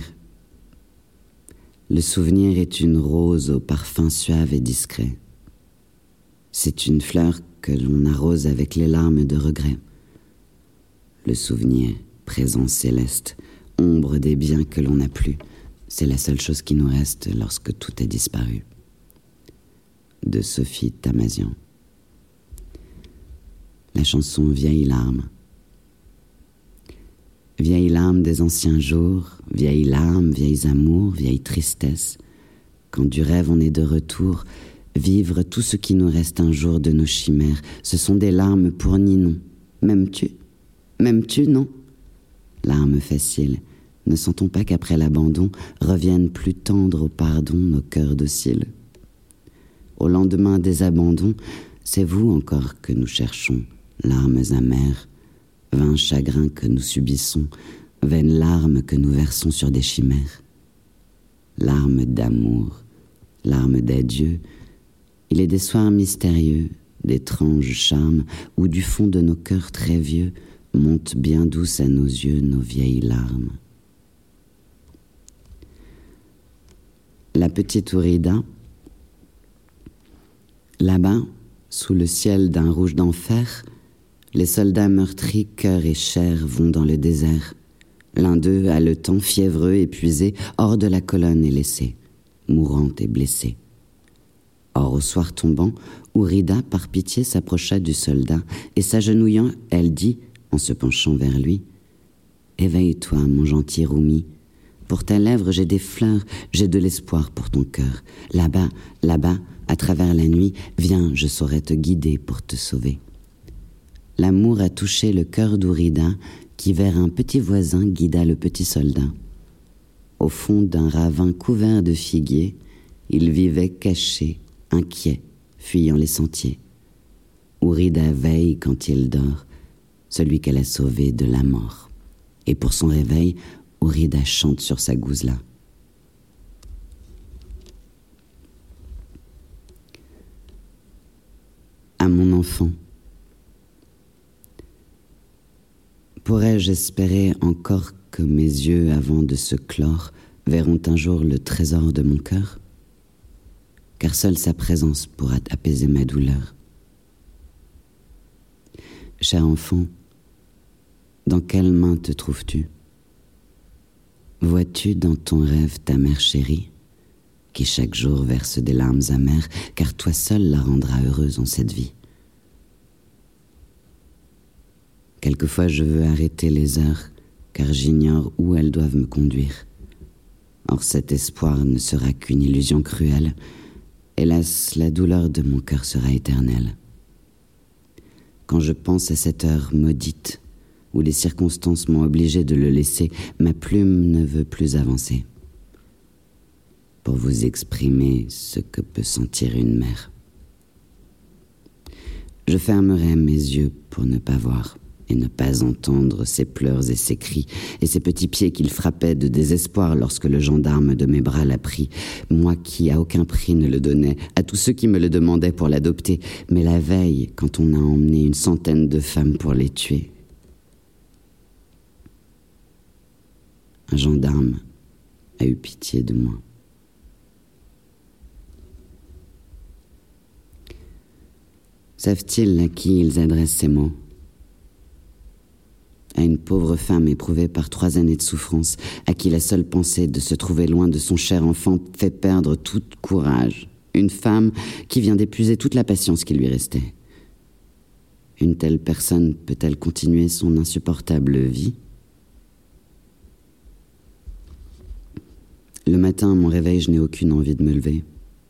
Le souvenir est une rose au parfum suave et discret. C'est une fleur que l'on arrose avec les larmes de regret. Le souvenir, présence céleste, ombre des biens que l'on n'a plus, c'est la seule chose qui nous reste lorsque tout a disparu. De Sophie Tamazian. La chanson Vieille larme. Vieille larme des anciens jours, vieilles larmes, vieilles amours, vieilles tristesses. Quand du rêve on est de retour, vivre tout ce qui nous reste un jour de nos chimères, ce sont des larmes pour Ninon. M'aimes-tu ? M'aimes-tu, non ? Larmes faciles, ne sent-on pas qu'après l'abandon reviennent plus tendres au pardon nos cœurs dociles ? Au lendemain des abandons, c'est vous encore que nous cherchons, larmes amères, vains chagrins que nous subissons, vaines larmes que nous versons sur des chimères. Larmes d'amour, larmes d'adieu, il est des soirs mystérieux, d'étranges charmes, où du fond de nos cœurs très vieux montent bien douces à nos yeux nos vieilles larmes. La petite Ourida. Là-bas, sous le ciel d'un rouge d'enfer, les soldats meurtris, cœur et chair, vont dans le désert. L'un d'eux, haletant, fiévreux, épuisé, hors de la colonne est laissé, mourante et blessée. Or, au soir tombant, Ourida, par pitié, s'approcha du soldat, et s'agenouillant, elle dit, en se penchant vers lui, « Éveille-toi, mon gentil Roumi. Pour tes lèvres, j'ai des fleurs, j'ai de l'espoir pour ton cœur. Là-bas, là-bas, à travers la nuit, viens, je saurai te guider pour te sauver. » L'amour a touché le cœur d'Ourida, qui vers un petit voisin guida le petit soldat. Au fond d'un ravin couvert de figuiers, il vivait caché, inquiet, fuyant les sentiers. Ourida veille quand il dort, celui qu'elle a sauvé de la mort. Et pour son réveil, Ourida chante sur sa gouzla. À mon enfant. Pourrais-je espérer encore que mes yeux, avant de se clore, verront un jour le trésor de mon cœur ? Car seule sa présence pourra apaiser ma douleur. Cher enfant, dans quelle main te trouves-tu ? Vois-tu dans ton rêve ta mère chérie, qui chaque jour verse des larmes amères, car toi seul la rendras heureuse en cette vie ? Quelquefois je veux arrêter les heures, car j'ignore où elles doivent me conduire. Or cet espoir ne sera qu'une illusion cruelle. Hélas, la douleur de mon cœur sera éternelle. Quand je pense à cette heure maudite, où les circonstances m'ont obligé de le laisser, ma plume ne veut plus avancer. Pour vous exprimer ce que peut sentir une mère. Je fermerai mes yeux pour ne pas voir et ne pas entendre ses pleurs et ses cris, et ses petits pieds qu'il frappait de désespoir lorsque le gendarme de mes bras l'a pris, moi qui à aucun prix ne le donnais, à tous ceux qui me le demandaient pour l'adopter, mais la veille, quand on a emmené une centaine de femmes pour les tuer. Un gendarme a eu pitié de moi. Savent-ils à qui ils adressent ces mots ? À une pauvre femme éprouvée par trois années de souffrance, à qui la seule pensée de se trouver loin de son cher enfant fait perdre tout courage. Une femme qui vient d'épuiser toute la patience qui lui restait. Une telle personne peut-elle continuer son insupportable vie ? Le matin, à mon réveil, je n'ai aucune envie de me lever.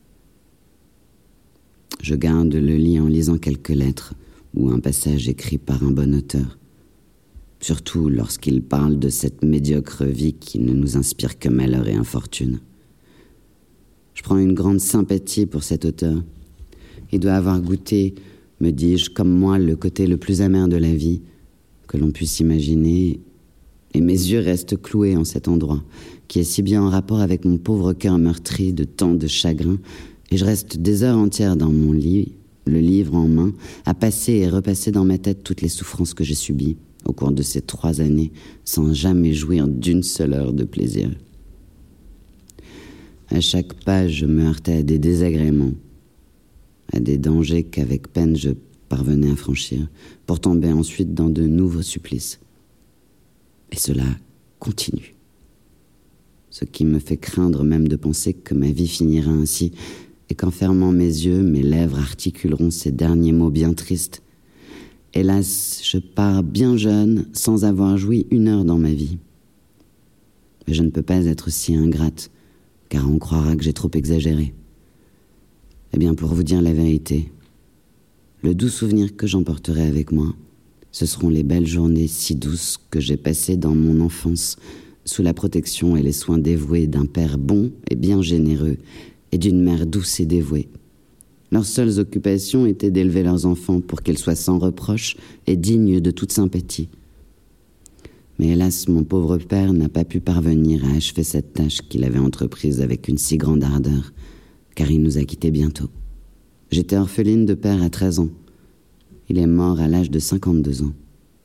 Je garde le lit en lisant quelques lettres ou un passage écrit par un bon auteur. Surtout lorsqu'il parle de cette médiocre vie qui ne nous inspire que malheur et infortune. Je prends une grande sympathie pour cet auteur. Il doit avoir goûté, me dis-je, comme moi, le côté le plus amer de la vie que l'on puisse imaginer, et mes yeux restent cloués en cet endroit, qui est si bien en rapport avec mon pauvre cœur meurtri de tant de chagrin, et je reste des heures entières dans mon lit, le livre en main, à passer et repasser dans ma tête toutes les souffrances que j'ai subies au cours de ces trois années, sans jamais jouir d'une seule heure de plaisir. À chaque page, je me heurtais à des désagréments. à des dangers qu'avec peine je parvenais à franchir, pour tomber ensuite dans de nouveaux supplices. Et cela continue. Ce qui me fait craindre même de penser que ma vie finira ainsi, et qu'en fermant mes yeux, mes lèvres articuleront ces derniers mots bien tristes. Hélas, je pars bien jeune, sans avoir joui une heure dans ma vie. Mais je ne peux pas être si ingrate, car on croira que j'ai trop exagéré. Eh bien, pour vous dire la vérité, le doux souvenir que j'emporterai avec moi, ce seront les belles journées si douces que j'ai passées dans mon enfance, sous la protection et les soins dévoués d'un père bon et bien généreux, et d'une mère douce et dévouée. Leurs seules occupations étaient d'élever leurs enfants pour qu'ils soient sans reproche et dignes de toute sympathie. Mais hélas, mon pauvre père n'a pas pu parvenir à achever cette tâche qu'il avait entreprise avec une si grande ardeur, car il nous a quittés bientôt. J'étais orpheline de père à treize ans. Il est mort à l'âge de cinquante-deux ans.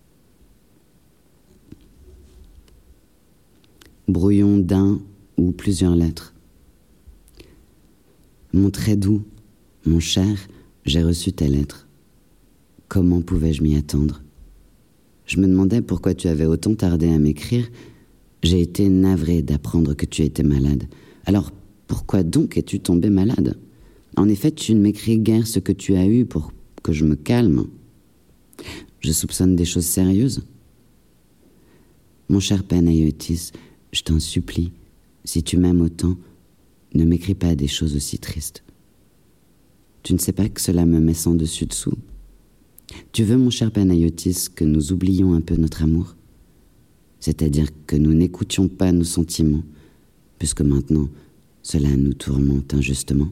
Brouillon d'un ou plusieurs lettres. Mon très doux, mon cher, j'ai reçu ta lettre. Comment pouvais-je m'y attendre? Je me demandais pourquoi tu avais autant tardé à m'écrire. J'ai été navrée d'apprendre que tu étais malade. Alors, pourquoi donc es-tu tombée malade? En effet, tu ne m'écris guère ce que tu as eu pour que je me calme. Je soupçonne des choses sérieuses. Mon cher Panayotis, je t'en supplie, si tu m'aimes autant, ne m'écris pas des choses aussi tristes. Tu ne sais pas que cela me met sans dessus dessous. Tu veux, mon cher Panayotis, que nous oublions un peu notre amour? C'est-à-dire que nous n'écoutions pas nos sentiments, puisque maintenant, cela nous tourmente injustement.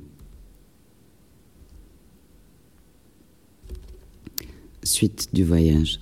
Suite du voyage.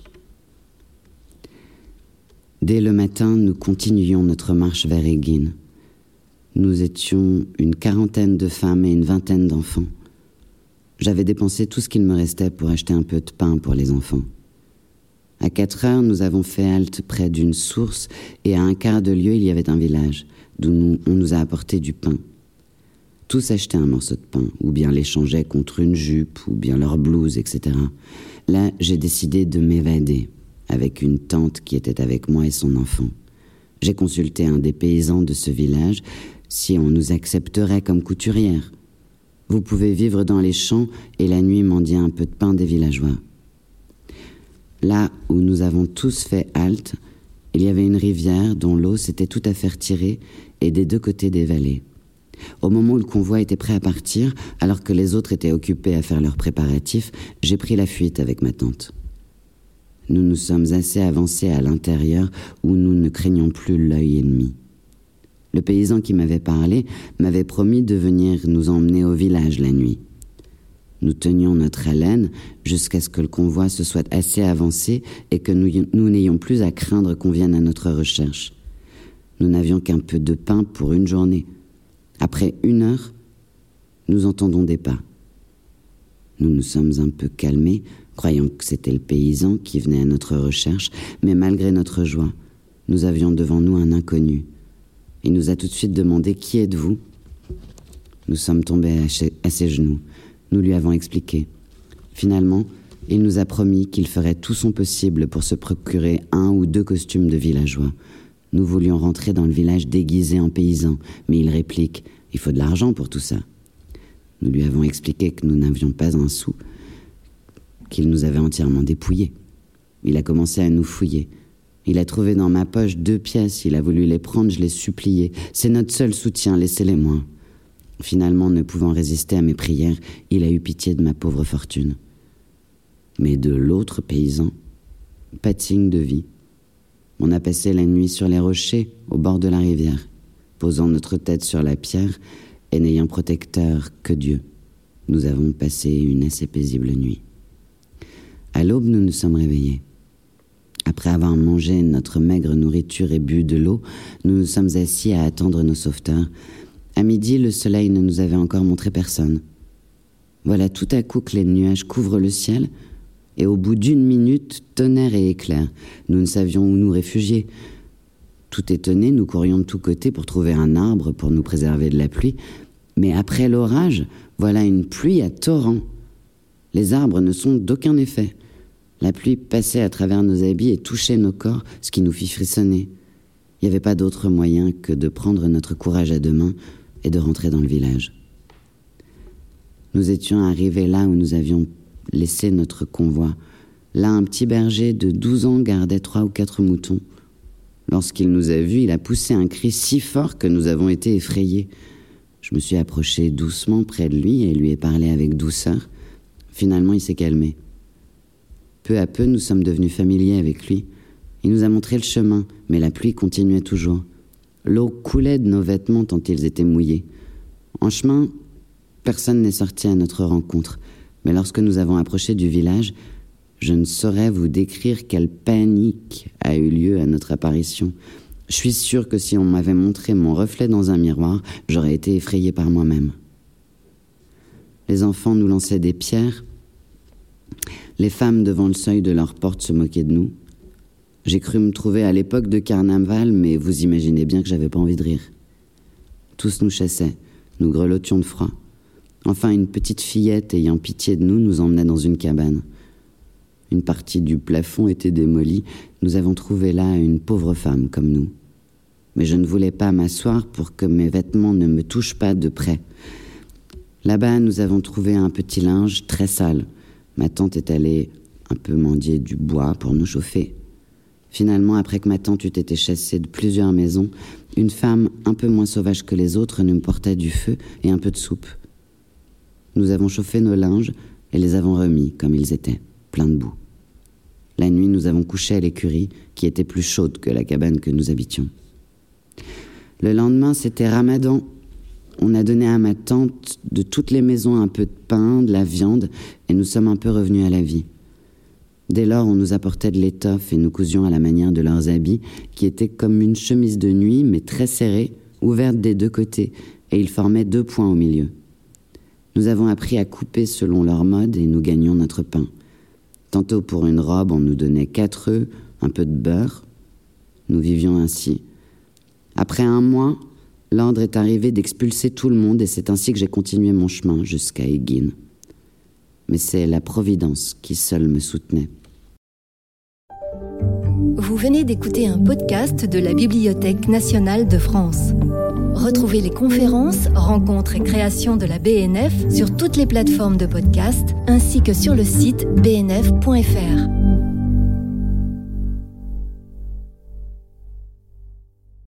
Dès le matin, nous continuions notre marche vers Egin. Nous étions une quarantaine de femmes et une vingtaine d'enfants. J'avais dépensé tout ce qu'il me restait pour acheter un peu de pain pour les enfants. À quatre heures, nous avons fait halte près d'une source et à un quart de lieue, il y avait un village d'où nous, on nous a apporté du pain. Tous achetaient un morceau de pain, ou bien l'échangeaient contre une jupe, ou bien leur blouse, et cetera. Là, j'ai décidé de m'évader, avec une tante qui était avec moi et son enfant. J'ai consulté un des paysans de ce village si on nous accepterait comme couturière. Vous pouvez vivre dans les champs et la nuit mendier un peu de pain des villageois. Là où nous avons tous fait halte, il y avait une rivière dont l'eau s'était tout à fait retirée et des deux côtés des vallées. Au moment où le convoi était prêt à partir, alors que les autres étaient occupés à faire leurs préparatifs, j'ai pris la fuite avec ma tante. Nous nous sommes assez avancés à l'intérieur où nous ne craignons plus l'œil ennemi. Le paysan qui m'avait parlé m'avait promis de venir nous emmener au village la nuit. Nous tenions notre haleine jusqu'à ce que le convoi se soit assez avancé et que nous, nous n'ayons plus à craindre qu'on vienne à notre recherche. Nous n'avions qu'un peu de pain pour une journée. Après une heure, nous entendons des pas. Nous nous sommes un peu calmés, croyant que c'était le paysan qui venait à notre recherche, mais malgré notre joie, nous avions devant nous un inconnu. Il nous a tout de suite demandé « Qui êtes-vous » Nous sommes tombés à ses genoux. Nous lui avons expliqué. Finalement, il nous a promis qu'il ferait tout son possible pour se procurer un ou deux costumes de villageois. Nous voulions rentrer dans le village déguisés en paysans, mais il réplique « Il faut de l'argent pour tout ça ». Nous lui avons expliqué que nous n'avions pas un sou, qu'il nous avait entièrement dépouillés. Il a commencé à nous fouiller. Il a trouvé dans ma poche deux pièces, il a voulu les prendre, je l'ai supplié. C'est notre seul soutien, laissez-les-moi. Finalement, ne pouvant résister à mes prières, il a eu pitié de ma pauvre fortune. Mais de l'autre paysan, pas de signe de vie. On a passé la nuit sur les rochers, au bord de la rivière, posant notre tête sur la pierre et n'ayant protecteur que Dieu. Nous avons passé une assez paisible nuit. À l'aube, nous nous sommes réveillés. Après avoir mangé notre maigre nourriture et bu de l'eau, nous nous sommes assis à attendre nos sauveteurs. À midi, le soleil ne nous avait encore montré personne. Voilà tout à coup que les nuages couvrent le ciel, et au bout d'une minute, tonnerre et éclair. Nous ne savions où nous réfugier. Tout étonnés, nous courions de tous côtés pour trouver un arbre pour nous préserver de la pluie. Mais après l'orage, voilà une pluie à torrents. Les arbres ne sont d'aucun effet. La pluie passait à travers nos habits et touchait nos corps, ce qui nous fit frissonner. Il n'y avait pas d'autre moyen que de prendre notre courage à deux mains et de rentrer dans le village. Nous étions arrivés là où nous avions laissé notre convoi. Là, un petit berger de douze ans gardait trois ou quatre moutons. Lorsqu'il nous a vus, il a poussé un cri si fort que nous avons été effrayés. Je me suis approché doucement près de lui et lui ai parlé avec douceur. Finalement, il s'est calmé. Peu à peu, nous sommes devenus familiers avec lui. Il nous a montré le chemin, mais la pluie continuait toujours. L'eau coulait de nos vêtements tant ils étaient mouillés. En chemin, personne n'est sorti à notre rencontre. Mais lorsque nous avons approché du village, je ne saurais vous décrire quelle panique a eu lieu à notre apparition. Je suis sûr que si on m'avait montré mon reflet dans un miroir, j'aurais été effrayé par moi-même. Les enfants nous lançaient des pierres. Les femmes devant le seuil de leur porte se moquaient de nous. J'ai cru me trouver à l'époque de carnaval, mais vous imaginez bien que j'avais pas envie de rire. Tous nous chassaient, nous grelottions de froid. Enfin, une petite fillette ayant pitié de nous nous emmenait dans une cabane. Une partie du plafond était démolie. Nous avons trouvé là une pauvre femme comme nous. Mais je ne voulais pas m'asseoir pour que mes vêtements ne me touchent pas de près. Là-bas, nous avons trouvé un petit linge très sale. Ma tante est allée un peu mendier du bois pour nous chauffer. Finalement, après que ma tante eut été chassée de plusieurs maisons, une femme un peu moins sauvage que les autres nous porta du feu et un peu de soupe. Nous avons chauffé nos linges et les avons remis comme ils étaient, pleins de boue. La nuit, nous avons couché à l'écurie, qui était plus chaude que la cabane que nous habitions. Le lendemain, c'était Ramadan. On a donné à ma tante de toutes les maisons un peu de pain, de la viande, et nous sommes un peu revenus à la vie. Dès lors, on nous apportait de l'étoffe et nous cousions à la manière de leurs habits, qui étaient comme une chemise de nuit, mais très serrée, ouverte des deux côtés, et ils formaient deux points au milieu. Nous avons appris à couper selon leur mode et nous gagnions notre pain. Tantôt pour une robe, on nous donnait quatre œufs, un peu de beurre. Nous vivions ainsi. Après un mois, l'ordre est arrivé d'expulser tout le monde et c'est ainsi que j'ai continué mon chemin jusqu'à Eguine. Mais c'est la Providence qui seule me soutenait. Vous venez d'écouter un podcast de la Bibliothèque nationale de France. Retrouvez les conférences, rencontres et créations de la B N F sur toutes les plateformes de podcast ainsi que sur le site b n f point f r.